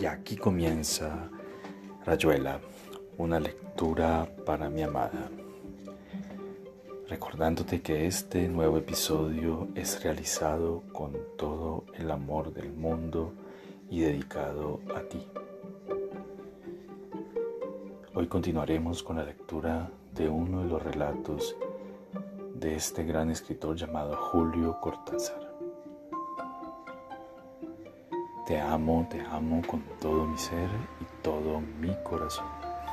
Y aquí comienza Rayuela, una lectura para mi amada. Recordándote que este nuevo episodio es realizado con todo el amor del mundo y dedicado a ti. Hoy continuaremos con la lectura de uno de los relatos de este gran escritor llamado Julio Cortázar. Te amo con todo mi ser y todo mi corazón.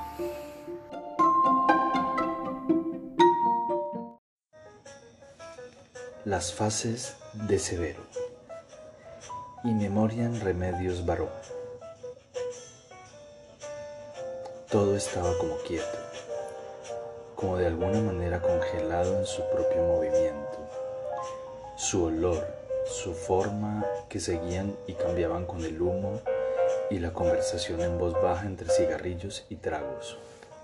Las fases de Severo. In memoriam remedios varón. Todo estaba como quieto, como de alguna manera congelado en su propio movimiento. Su olor, su forma que seguían y cambiaban con el humo y la conversación en voz baja entre cigarrillos y tragos.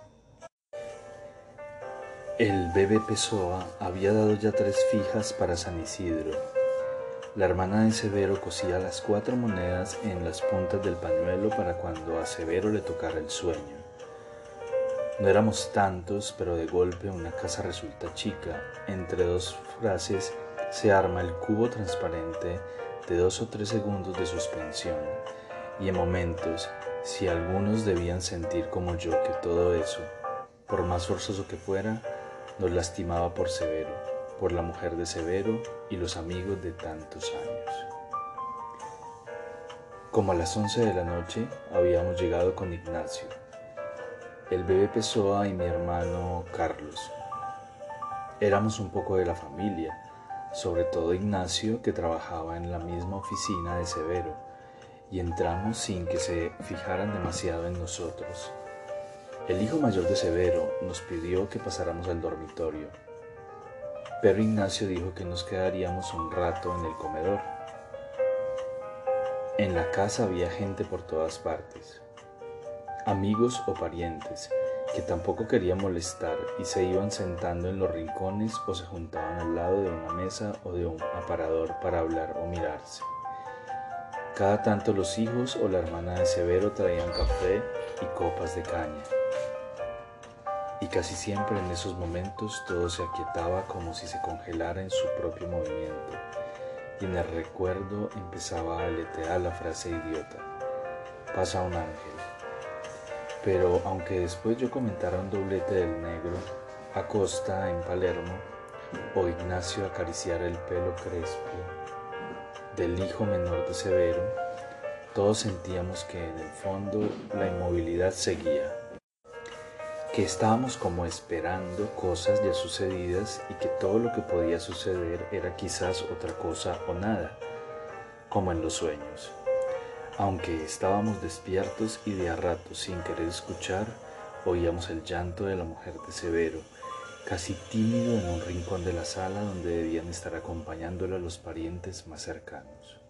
El bebé Pessoa había dado ya 3 fijas para San Isidro. La hermana de Severo cosía las 4 monedas en las puntas del pañuelo para cuando a Severo le tocara el sueño. No éramos tantos, pero de golpe una casa resulta chica. Entre 2 frases se arma el cubo transparente de 2 o 3 segundos de suspensión. Y en momentos, si algunos debían sentir como yo que todo eso, por más forzoso que fuera, nos lastimaba por Severo, por la mujer de Severo y los amigos de tantos años. Como a las 11 de la noche habíamos llegado con Ignacio, el bebé Pessoa y mi hermano Carlos. Éramos un poco de la familia, sobre todo Ignacio, que trabajaba en la misma oficina de Severo, y entramos sin que se fijaran demasiado en nosotros. El hijo mayor de Severo nos pidió que pasáramos al dormitorio, pero Ignacio dijo que nos quedaríamos un rato en el comedor. En la casa había gente por todas partes, amigos o parientes, que tampoco querían molestar y se iban sentando en los rincones o se juntaban al lado de una mesa o de un aparador para hablar o mirarse. Cada tanto los hijos o la hermana de Severo traían café y copas de caña. Y casi siempre en esos momentos todo se aquietaba como si se congelara en su propio movimiento, y en el recuerdo empezaba a aletear la frase idiota: pasa un ángel. Pero aunque después yo comentara un doblete del negro, Acosta en Palermo, o Ignacio acariciara el pelo crespo del hijo menor de Severo, todos sentíamos que en el fondo la inmovilidad seguía, que estábamos como esperando cosas ya sucedidas y que todo lo que podía suceder era quizás otra cosa o nada, como en los sueños. Aunque estábamos despiertos y de a ratos sin querer escuchar, oíamos el llanto de la mujer de Severo, casi tímido en un rincón de la sala donde debían estar acompañándolo a los parientes más cercanos.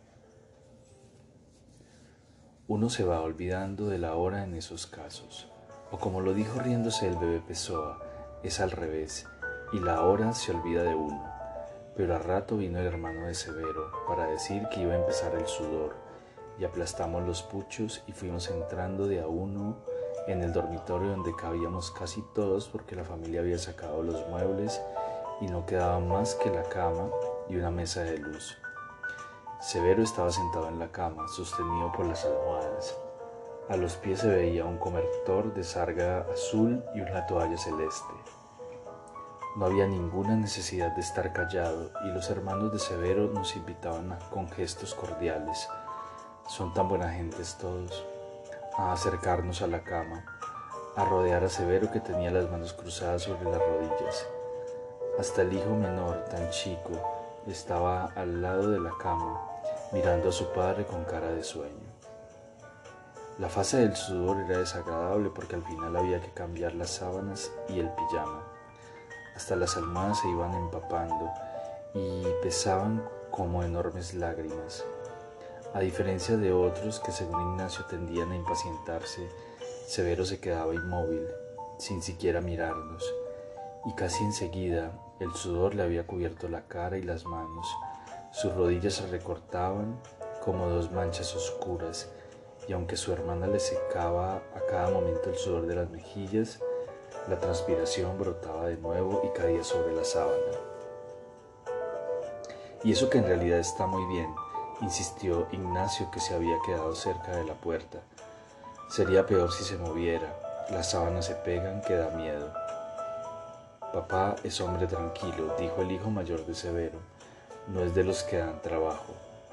Uno se va olvidando de la hora en esos casos. O como lo dijo riéndose el bebé Pessoa, es al revés, y la hora se olvida de uno. Pero a rato vino el hermano de Severo para decir que iba a empezar el sudor, y aplastamos los puchos y fuimos entrando de a uno en el dormitorio donde cabíamos casi todos porque la familia había sacado los muebles y no quedaba más que la cama y una mesa de luz. Severo estaba sentado en la cama, sostenido por las almohadas. A los pies se veía un cobertor de sarga azul y una toalla celeste. No había ninguna necesidad de estar callado y los hermanos de Severo nos invitaban con gestos cordiales, son tan buenas gentes todos, a acercarnos a la cama, a rodear a Severo que tenía las manos cruzadas sobre las rodillas. Hasta el hijo menor, tan chico, estaba al lado de la cama, mirando a su padre con cara de sueño. La fase del sudor era desagradable porque al final había que cambiar las sábanas y el pijama. Hasta las almohadas se iban empapando y pesaban como enormes lágrimas. A diferencia de otros que según Ignacio tendían a impacientarse, Severo se quedaba inmóvil, sin siquiera mirarnos, y casi enseguida el sudor le había cubierto la cara y las manos. Sus rodillas se recortaban como 2 manchas oscuras y aunque su hermana le secaba a cada momento el sudor de las mejillas, la transpiración brotaba de nuevo y caía sobre la sábana. Y eso que en realidad está muy bien, insistió Ignacio, que se había quedado cerca de la puerta. Sería peor si se moviera. Las sábanas se pegan, que da miedo. Papá es hombre tranquilo, dijo el hijo mayor de Severo. No es de los que dan trabajo.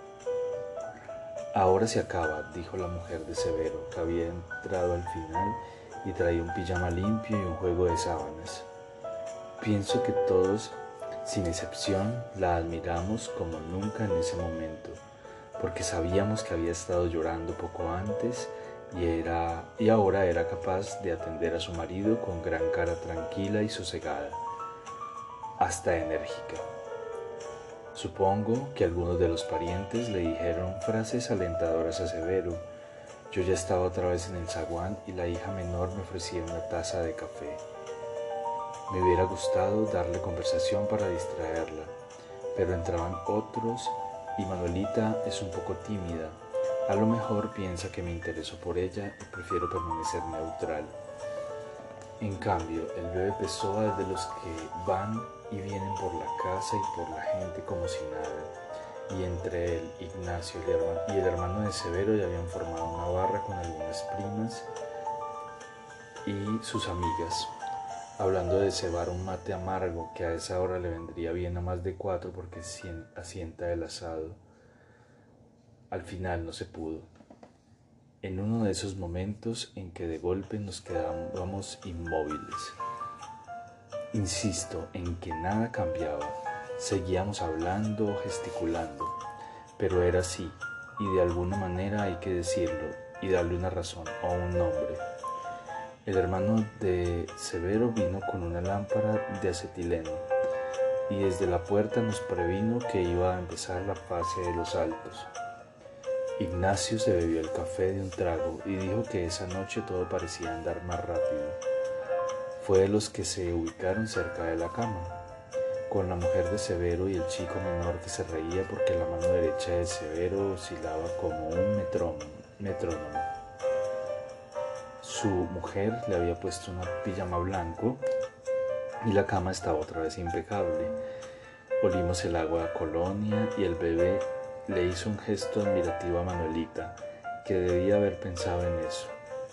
Ahora se acaba, dijo la mujer de Severo, que había entrado al final y traía un pijama limpio y un juego de sábanas. Pienso que todos, sin excepción, la admiramos como nunca en ese momento, porque sabíamos que había estado llorando poco antes y ahora era capaz de atender a su marido con gran cara tranquila y sosegada, hasta enérgica. Supongo que algunos de los parientes le dijeron frases alentadoras a Severo. Yo ya estaba otra vez en el zaguán y la hija menor me ofrecía una taza de café. Me hubiera gustado darle conversación para distraerla, pero entraban otros y Manuelita es un poco tímida. A lo mejor piensa que me intereso por ella y prefiero permanecer neutral. En cambio, el bebé Pessoa es de los que van y vienen por la casa y por la gente como si nada. Y entre él, Ignacio y el hermano de Severo ya habían formado una barra con algunas primas y sus amigas, hablando de cebar un mate amargo que a esa hora le vendría bien a más de 4 porque asienta el asado. Al final no se pudo. En uno de esos momentos en que de golpe nos quedábamos inmóviles. Insisto en que nada cambiaba, seguíamos hablando, gesticulando, pero era así, y de alguna manera hay que decirlo y darle una razón o un nombre. El hermano de Severo vino con una lámpara de acetileno y desde la puerta nos previno que iba a empezar la fase de los altos. Ignacio se bebió el café de un trago y dijo que esa noche todo parecía andar más rápido. Fue de los que se ubicaron cerca de la cama, con la mujer de Severo y el chico menor que se reía porque la mano derecha de Severo oscilaba como un metrónomo. Su mujer le había puesto una pijama blanco y la cama estaba otra vez impecable. Olimos el agua a colonia y el bebé le hizo un gesto admirativo a Manuelita, que debía haber pensado en eso.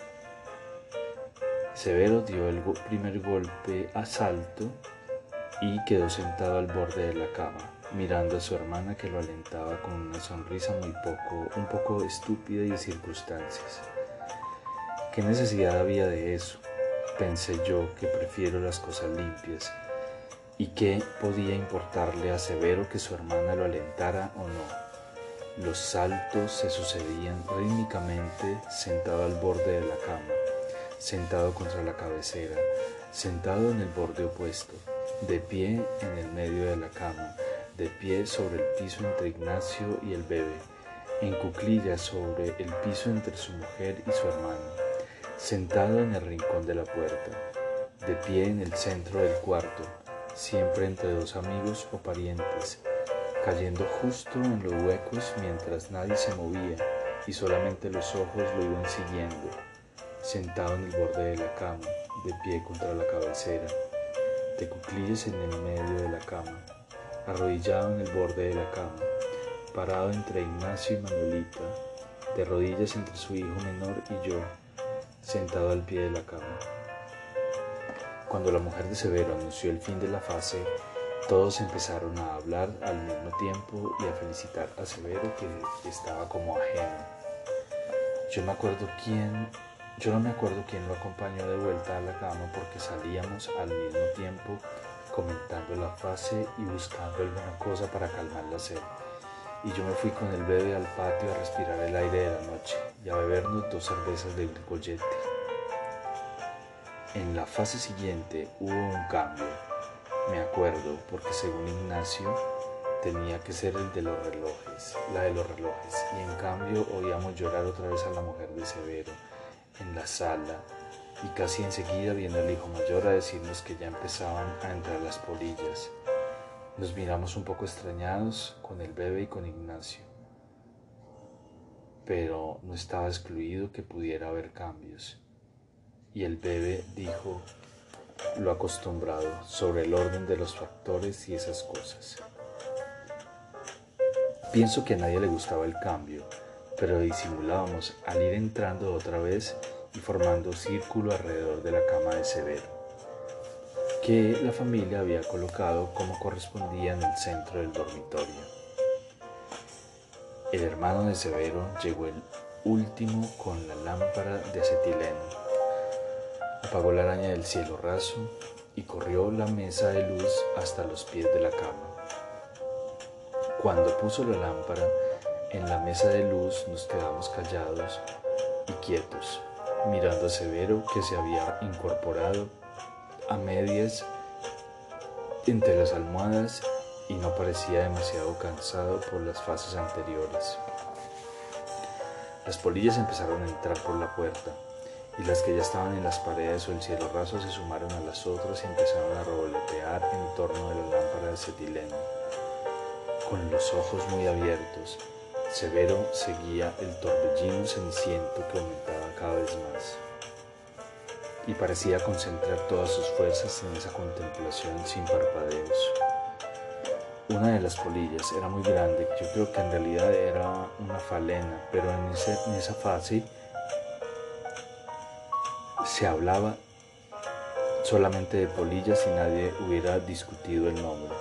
Severo dio el primer golpe a salto y quedó sentado al borde de la cama, mirando a su hermana que lo alentaba con una sonrisa un poco estúpida y de circunstancias. ¿Qué necesidad había de eso? Pensé yo, que prefiero las cosas limpias. ¿Y qué podía importarle a Severo que su hermana lo alentara o no? Los saltos se sucedían rítmicamente, sentado al borde de la cama, sentado contra la cabecera, sentado en el borde opuesto, de pie en el medio de la cama, de pie sobre el piso entre Ignacio y el bebé, en cuclillas sobre el piso entre su mujer y su hermano, sentado en el rincón de la puerta, de pie en el centro del cuarto, siempre entre dos amigos o parientes, cayendo justo en los huecos mientras nadie se movía y solamente los ojos lo iban siguiendo, sentado en el borde de la cama, de pie contra la cabecera, de cuclillas en el medio de la cama, arrodillado en el borde de la cama, parado entre Ignacio y Manuelita, de rodillas entre su hijo menor y yo, sentado al pie de la cama. Cuando la mujer de Severo anunció el fin de la fase, todos empezaron a hablar al mismo tiempo y a felicitar a Severo, que estaba como ajeno. Yo no me acuerdo quién lo acompañó de vuelta a la cama porque salíamos al mismo tiempo comentando la fase y buscando alguna cosa para calmar la sed. Y yo me fui con el bebé al patio a respirar el aire de la noche y a bebernos 2 cervezas de Goyete. En la fase siguiente hubo un cambio, me acuerdo, porque según Ignacio tenía que ser la de los relojes, y en cambio oíamos llorar otra vez a la mujer de Severo en la sala, y casi enseguida vino el hijo mayor a decirnos que ya empezaban a entrar las polillas. Nos miramos un poco extrañados con el bebé y con Ignacio. pero no estaba excluido que pudiera haber cambios. Y el bebé dijo lo acostumbrado sobre el orden de los factores y esas cosas. Pienso que a nadie le gustaba el cambio, pero disimulábamos al ir entrando otra vez y formando círculo alrededor de la cama de Severo, que la familia había colocado como correspondía en el centro del dormitorio. El hermano de Severo llegó el último con la lámpara de acetileno, apagó la araña del cielo raso y corrió la mesa de luz hasta los pies de la cama. Cuando puso la lámpara en la mesa de luz nos quedamos callados y quietos, mirando a Severo, que se había incorporado a medias entre las almohadas y no parecía demasiado cansado por las fases anteriores. Las polillas empezaron a entrar por la puerta y las que ya estaban en las paredes o el cielo raso se sumaron a las otras y empezaron a revolotear en torno de la lámpara de acetileno. Con los ojos muy abiertos, Severo seguía el torbellino ceniciento que aumentaba cada vez más y parecía concentrar todas sus fuerzas en esa contemplación sin parpadeos. Una de las polillas era muy grande, yo creo que en realidad era una falena, pero en esa fase se hablaba solamente de polillas y nadie hubiera discutido el nombre.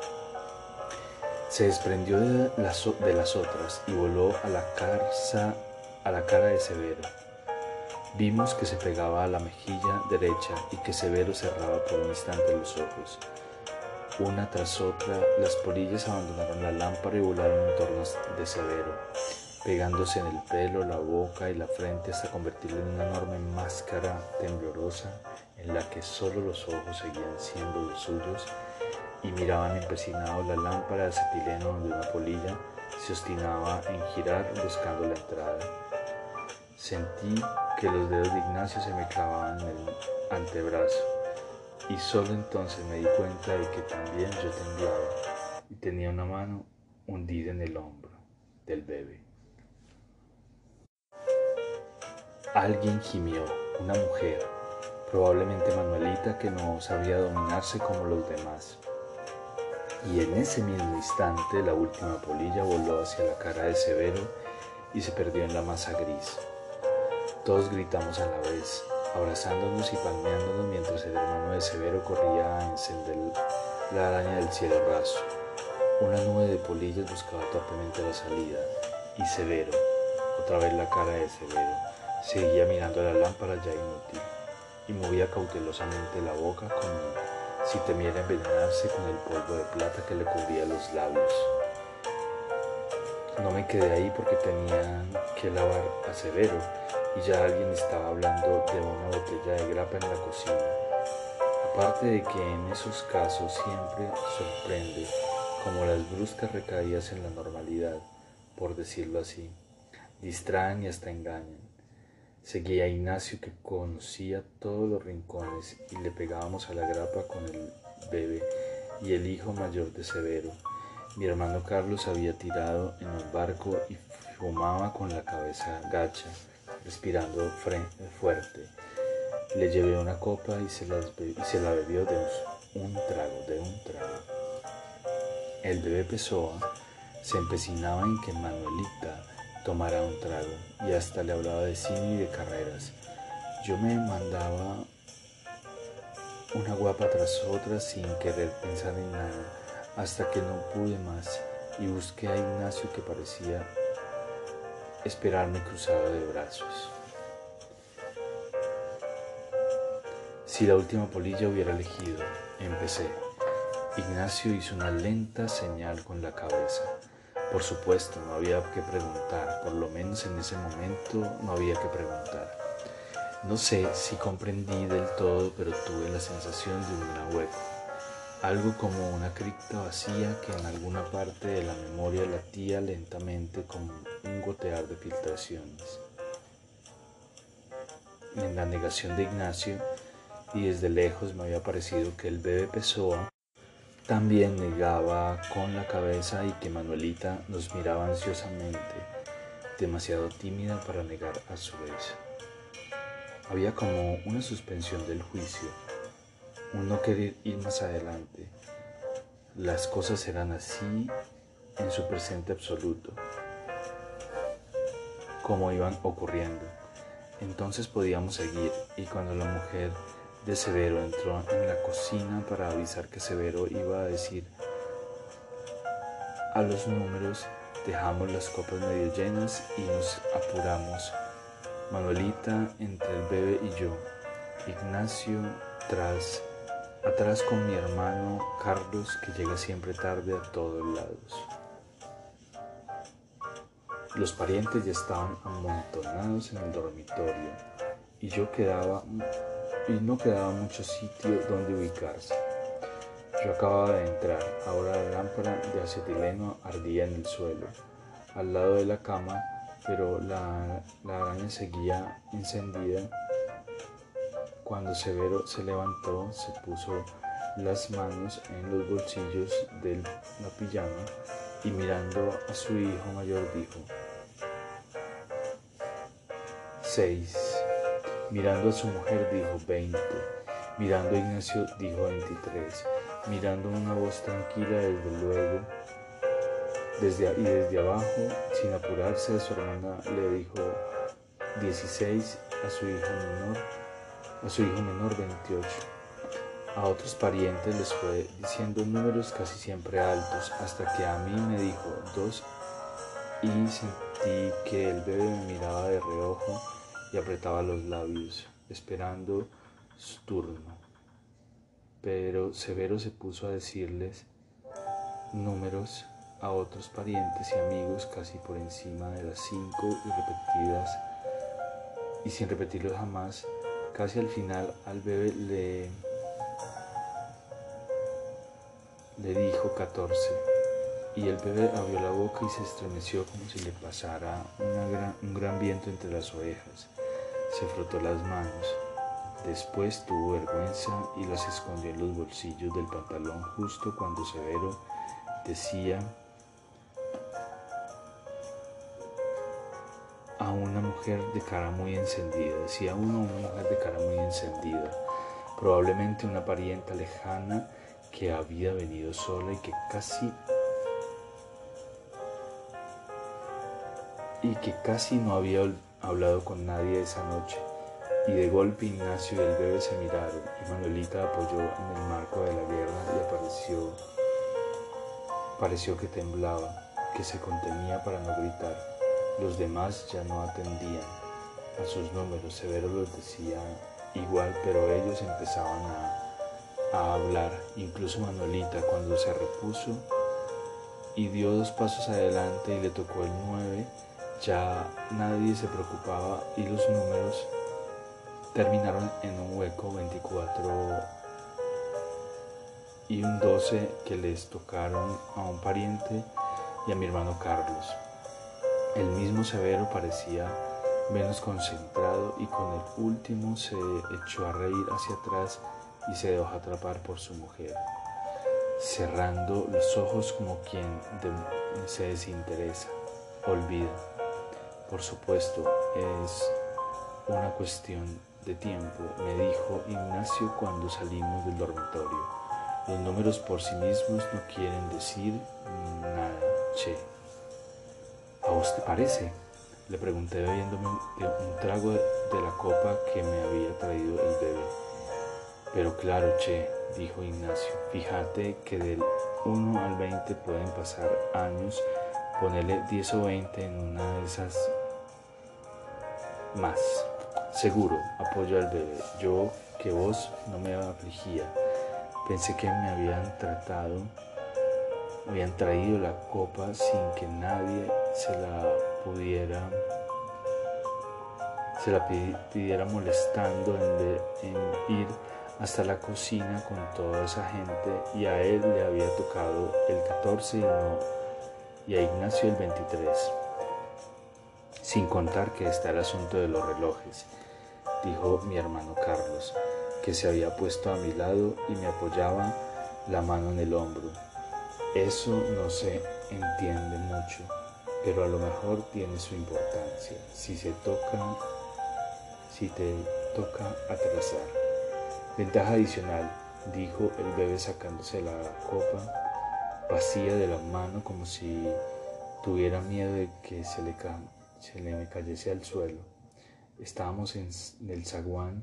Se desprendió de las otras y voló a la cara de Severo. Vimos que se pegaba a la mejilla derecha y que Severo cerraba por un instante los ojos. Una tras otra, las polillas abandonaron la lámpara y volaron en torno de Severo, pegándose en el pelo, la boca y la frente hasta convertirlo en una enorme máscara temblorosa en la que solo los ojos seguían siendo los suyos y miraban empecinados la lámpara de acetileno donde una polilla se obstinaba en girar buscando la entrada. Sentí que los dedos de Ignacio se me clavaban en el antebrazo y solo entonces me di cuenta de que también yo temblaba y tenía una mano hundida en el hombro del bebé. Alguien gimió, una mujer, probablemente Manuelita, que no sabía dominarse como los demás. Y en ese mismo instante la última polilla voló hacia la cara de Severo y se perdió en la masa gris. Todos gritamos a la vez, abrazándonos y palmeándonos mientras el hermano de Severo corría a encender la araña del cielo raso. Una nube de polillas buscaba torpemente la salida y Severo, otra vez la cara de Severo, seguía mirando la lámpara ya inútil y movía cautelosamente la boca como si temiera envenenarse con el polvo de plata que le cubría los labios. No me quedé ahí porque tenían que lavar a Severo y ya alguien estaba hablando de una botella de grapa en la cocina. Aparte de que en esos casos siempre sorprende como las bruscas recaídas en la normalidad, por decirlo así, distraen y hasta engañan. Seguía a Ignacio, que conocía todos los rincones, y le pegábamos a la grapa con el bebé y el hijo mayor de Severo. Mi hermano Carlos había tirado en un barco y fumaba con la cabeza gacha, respirando fuerte. Le llevé una copa y se la bebió de un trago. El bebé Pessoa se empecinaba en que Manuelita tomara un trago y hasta le hablaba de cine y de carreras. Yo me mandaba una guapa tras otra sin querer pensar en nada, hasta que no pude más y busqué a Ignacio, que parecía esperarme cruzado de brazos. Si la última polilla hubiera elegido, empecé. Ignacio hizo una lenta señal con la cabeza. Por supuesto, no había que preguntar, por lo menos en ese momento no había que preguntar. No sé si comprendí del todo, pero tuve la sensación de un gran hueco, algo como una cripta vacía que en alguna parte de la memoria latía lentamente como un gotear de filtraciones. En la negación de Ignacio, y desde lejos me había parecido que el bebé Pessoa también negaba con la cabeza y que Manuelita nos miraba ansiosamente, demasiado tímida para negar a su vez. Había como una suspensión del juicio, un no querer ir más adelante. Las cosas eran así en su presente absoluto, como iban ocurriendo. Entonces podíamos seguir, y cuando la mujer de Severo entró en la cocina para avisar que Severo iba a decir a los números, dejamos las copas medio llenas y nos apuramos. Manuelita entre el bebé y yo, Ignacio atrás con mi hermano Carlos, que llega siempre tarde a todos lados. Los parientes ya estaban amontonados en el dormitorio y no quedaba mucho sitio donde ubicarse. Yo acababa de entrar, ahora la lámpara de acetileno ardía en el suelo, al lado de la cama, pero la araña seguía encendida. Cuando Severo se levantó, se puso las manos en los bolsillos de la pijama y mirando a su hijo mayor dijo: 6. Mirando a su mujer dijo: 20. Mirando a Ignacio dijo: 23. Mirando una voz tranquila, desde luego, desde abajo, sin apurarse, a su hermana le dijo: 16, a su hijo menor 28. A otros parientes les fue diciendo números casi siempre altos, hasta que a mí me dijo 2 y sentí que el bebé me miraba de reojo y apretaba los labios, esperando su turno. Pero Severo se puso a decirles números a otros parientes y amigos casi por encima de las 5 y repetidas, y sin repetirlos jamás. Casi al final al bebé le dijo 14, y el bebé abrió la boca y se estremeció como si le pasara un gran viento entre las orejas. Se frotó las manos. Después tuvo vergüenza y las escondió en los bolsillos del pantalón justo cuando Severo decía a una mujer de cara muy encendida, probablemente una parienta lejana que había venido sola y que casi no había hablado con nadie esa noche. Y de golpe Ignacio y el bebé se miraron, y Manuelita apoyó en el marco de la guerra y pareció que temblaba, que se contenía para no gritar. Los demás ya no atendían a sus números. Severo los decía igual, pero ellos empezaban a hablar. Incluso Manuelita, cuando se repuso y dio 2 pasos adelante y le tocó el 9, ya nadie se preocupaba y los números terminaron en un hueco 24 y un 12 que les tocaron a un pariente y a mi hermano Carlos. El mismo Severo parecía menos concentrado y con el último se echó a reír hacia atrás y se dejó atrapar por su mujer, cerrando los ojos como quien se desinteresa, olvida. Por supuesto, es una cuestión de tiempo, me dijo Ignacio cuando salimos del dormitorio. Los números por sí mismos no quieren decir nada, che. ¿A vos te parece?, le pregunté bebiéndome un trago de la copa que me había traído el bebé. Pero claro, che, dijo Ignacio, fíjate que del 1 al 20 pueden pasar años, ponerle 10 o 20 en una de esas más. Seguro, apoyó al bebé. Yo, que vos no me afligía, pensé que me habían traído la copa sin que nadie se la pidiera, molestando en ir hasta la cocina con toda esa gente, y a él le había tocado el 14 y a Ignacio el 23. Sin contar que está el asunto de los relojes, dijo mi hermano Carlos, que se había puesto a mi lado y me apoyaba la mano en el hombro. Eso no se entiende mucho. pero a lo mejor tiene su importancia si te toca atrasar. Ventaja adicional, dijo el bebé sacándose la copa vacía de la mano como si tuviera miedo de que se le cayese al suelo. Estábamos en el zaguán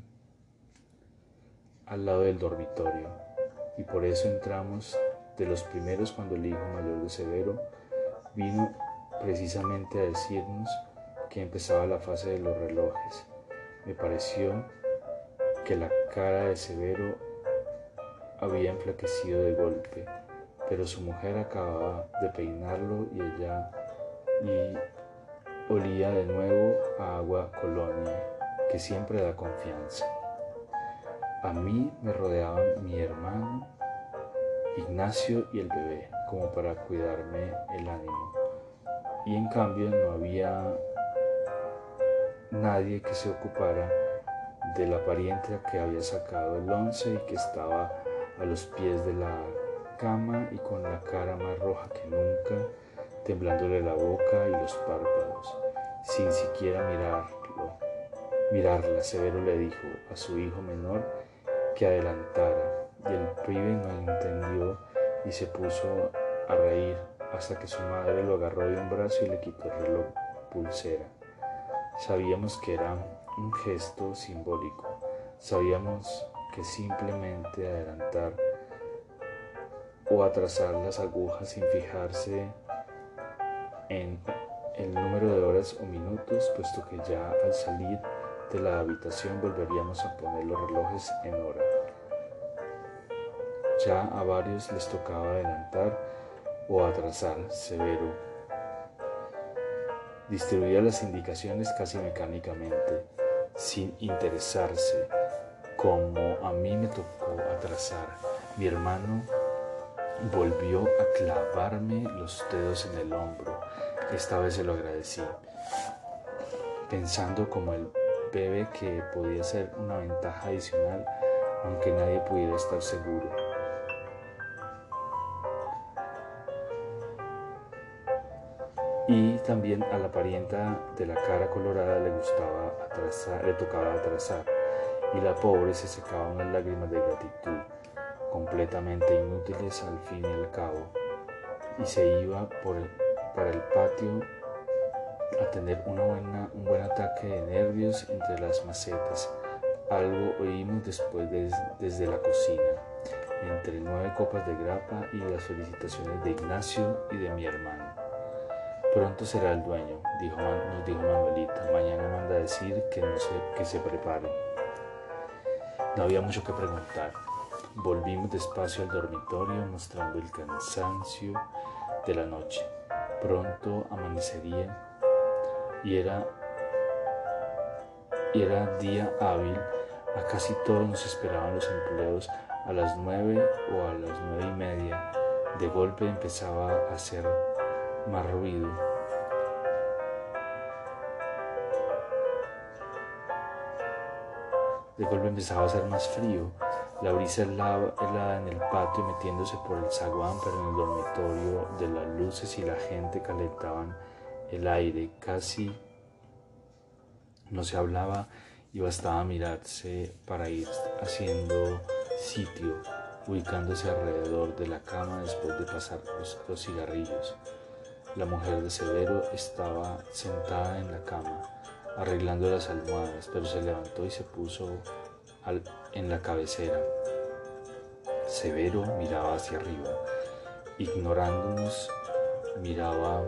al lado del dormitorio y por eso entramos de los primeros cuando el hijo mayor de Severo vino precisamente a decirnos que empezaba la fase de los relojes. Me pareció que la cara de Severo había enflaquecido de golpe, pero su mujer acababa de peinarlo y olía de nuevo a agua colonia, que siempre da confianza. A mí me rodeaban mi hermano, Ignacio y el bebé, como para cuidarme el ánimo. Y en cambio no había nadie que se ocupara de la parienta que había sacado el 11 y que estaba a los pies de la cama y con la cara más roja que nunca, temblándole la boca y los párpados, sin siquiera mirarla. Severo le dijo a su hijo menor que adelantara, y el pibe no entendió y se puso a reír hasta que su madre lo agarró de un brazo y le quitó el reloj pulsera. Sabíamos que era un gesto simbólico, sabíamos que simplemente adelantar o atrasar las agujas sin fijarse en el número de horas o minutos, puesto que ya al salir de la habitación volveríamos a poner los relojes en hora. Ya a varios les tocaba adelantar o atrasar. Severo distribuía las indicaciones casi mecánicamente, sin interesarse. Como a mí me tocó atrasar, mi hermano volvió a clavarme los dedos en el hombro. Esta vez se lo agradecí, pensando como el bebé que podía ser una ventaja adicional, aunque nadie pudiera estar seguro. Y también a la parienta de la cara colorada le tocaba atrasar, y la pobre se secaba unas lágrimas de gratitud, completamente inútiles al fin y al cabo, y se iba para el patio a tener un buen ataque de nervios entre las macetas. Algo oímos después desde la cocina, entre 9 copas de grapa y las felicitaciones de Ignacio y de mi hermano. Pronto será el dueño, nos dijo Manuelita. Mañana manda a decir que se preparen. No había mucho que preguntar. Volvimos despacio al dormitorio mostrando el cansancio de la noche. Pronto amanecería y era día hábil. A casi todos nos esperaban los empleos a las 9 o a las 9:30. De golpe empezaba a hacer más ruido. De golpe empezaba a hacer más frío. La brisa helada en el patio metiéndose por el zaguán, pero en el dormitorio de las luces y la gente calentaban el aire. Casi no se hablaba y bastaba mirarse para ir haciendo sitio, ubicándose alrededor de la cama después de pasar los cigarrillos. La mujer de Severo estaba sentada en la cama, arreglando las almohadas, pero se levantó y se puso en la cabecera. Severo miraba hacia arriba, ignorándonos, miraba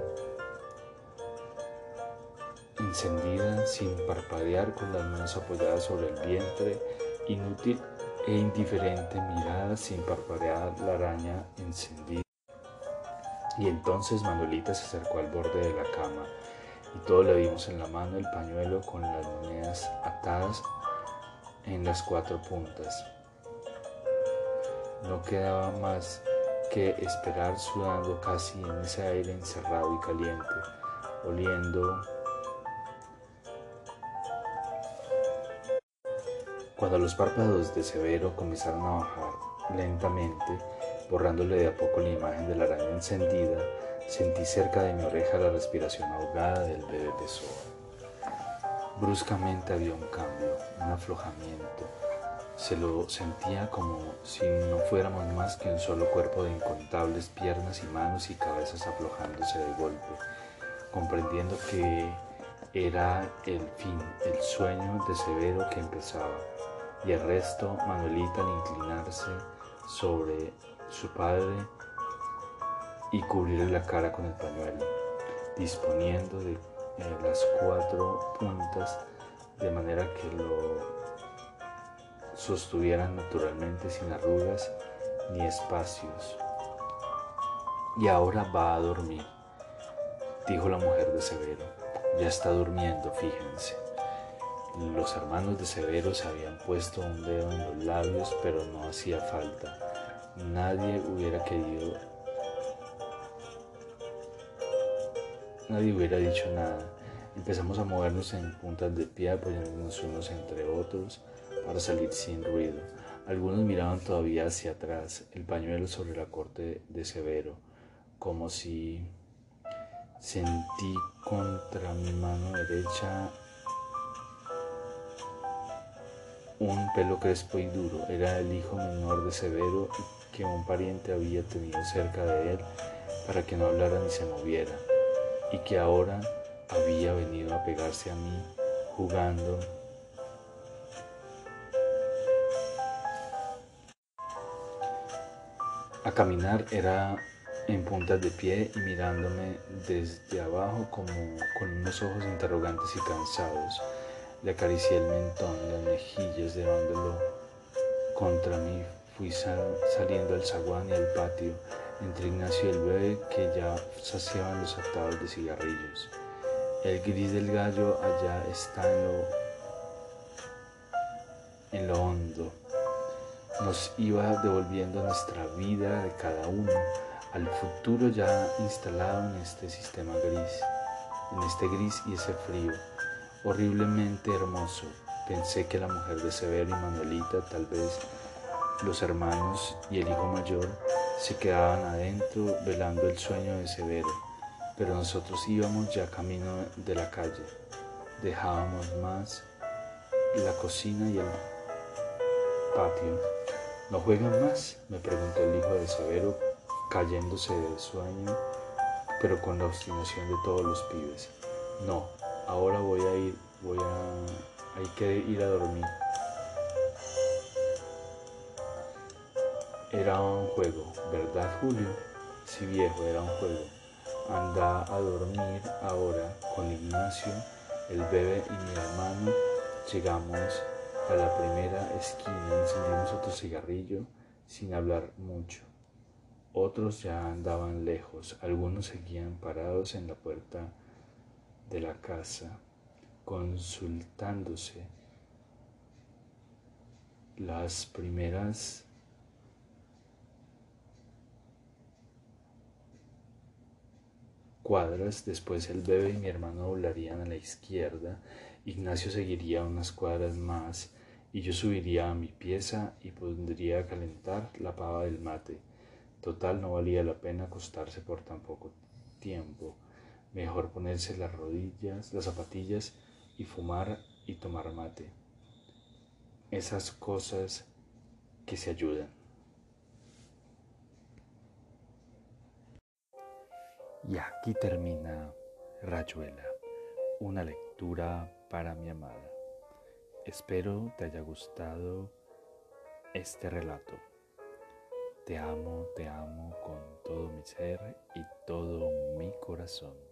encendida, sin parpadear, con las manos apoyadas sobre el vientre, inútil e indiferente mirada sin parpadear la araña encendida. Y entonces Manuelita se acercó al borde de la cama y todos le vimos en la mano el pañuelo con las monedas atadas en las 4 puntas. No quedaba más que esperar, sudando casi en ese aire encerrado y caliente, oliendo. Cuando los párpados de Severo comenzaron a bajar lentamente, borrándole de a poco la imagen de la araña encendida, Sentí cerca de mi oreja la respiración ahogada del bebé Pessoa. Bruscamente había un cambio, un aflojamiento. Se lo sentía como si no fuéramos más que un solo cuerpo de incontables piernas y manos y cabezas aflojándose de golpe, comprendiendo que era el fin, el sueño de Severo que empezaba, y el resto, Manuelita al inclinarse sobre su padre y cubrirle la cara con el pañuelo, disponiendo de las 4 puntas de manera que lo sostuvieran naturalmente sin arrugas ni espacios. Y ahora va a dormir, dijo la mujer de Severo. Ya está durmiendo, fíjense. Los hermanos de Severo se habían puesto un dedo en los labios, pero no hacía falta. Nadie hubiera dicho nada. Empezamos a movernos en puntas de pie, apoyándonos unos entre otros para salir sin ruido. Algunos miraban todavía hacia atrás, el pañuelo sobre la corte de Severo, como si sentí contra mi mano derecha un pelo crespo y duro. Era el hijo menor de Severo que un pariente había tenido cerca de él para que no hablara ni se moviera, y que ahora había venido a pegarse a mí jugando a caminar. Era en puntas de pie y mirándome desde abajo como con unos ojos interrogantes y cansados. Le acaricié el mentón, las mejillas, llevándolo contra mí. Fui saliendo al zaguán y al patio, entre Ignacio y el bebé que ya saciaban los atados de cigarrillos. El gris del gallo allá está en lo hondo. Nos iba devolviendo nuestra vida de cada uno al futuro ya instalado en este sistema gris, en este gris y ese frío, horriblemente hermoso. Pensé que la mujer de Severo y Manuelita, tal vez los hermanos y el hijo mayor, se quedaban adentro velando el sueño de Severo, pero nosotros íbamos ya camino de la calle. Dejábamos más la cocina y el patio. ¿No juegan más?, me preguntó el hijo de Severo, cayéndose de sueño, pero con la obstinación de todos los pibes. No, ahora hay que ir a dormir. Era un juego, ¿verdad, Julio? Sí, viejo, era un juego. Anda a dormir ahora. Con Ignacio, el bebé y mi hermano llegamos a la primera esquina, encendimos otro cigarrillo sin hablar mucho. Otros ya andaban lejos, algunos seguían parados en la puerta de la casa, consultándose. Las primeras cuadras, después el bebé y mi hermano doblarían a la izquierda, Ignacio seguiría unas cuadras más y yo subiría a mi pieza y pondría a calentar la pava del mate. Total, no valía la pena acostarse por tan poco tiempo. Mejor ponerse las zapatillas y fumar y tomar mate. Esas cosas que se ayudan. Y aquí termina Rayuela, una lectura para mi amada. Espero te haya gustado este relato. Te amo con todo mi ser y todo mi corazón.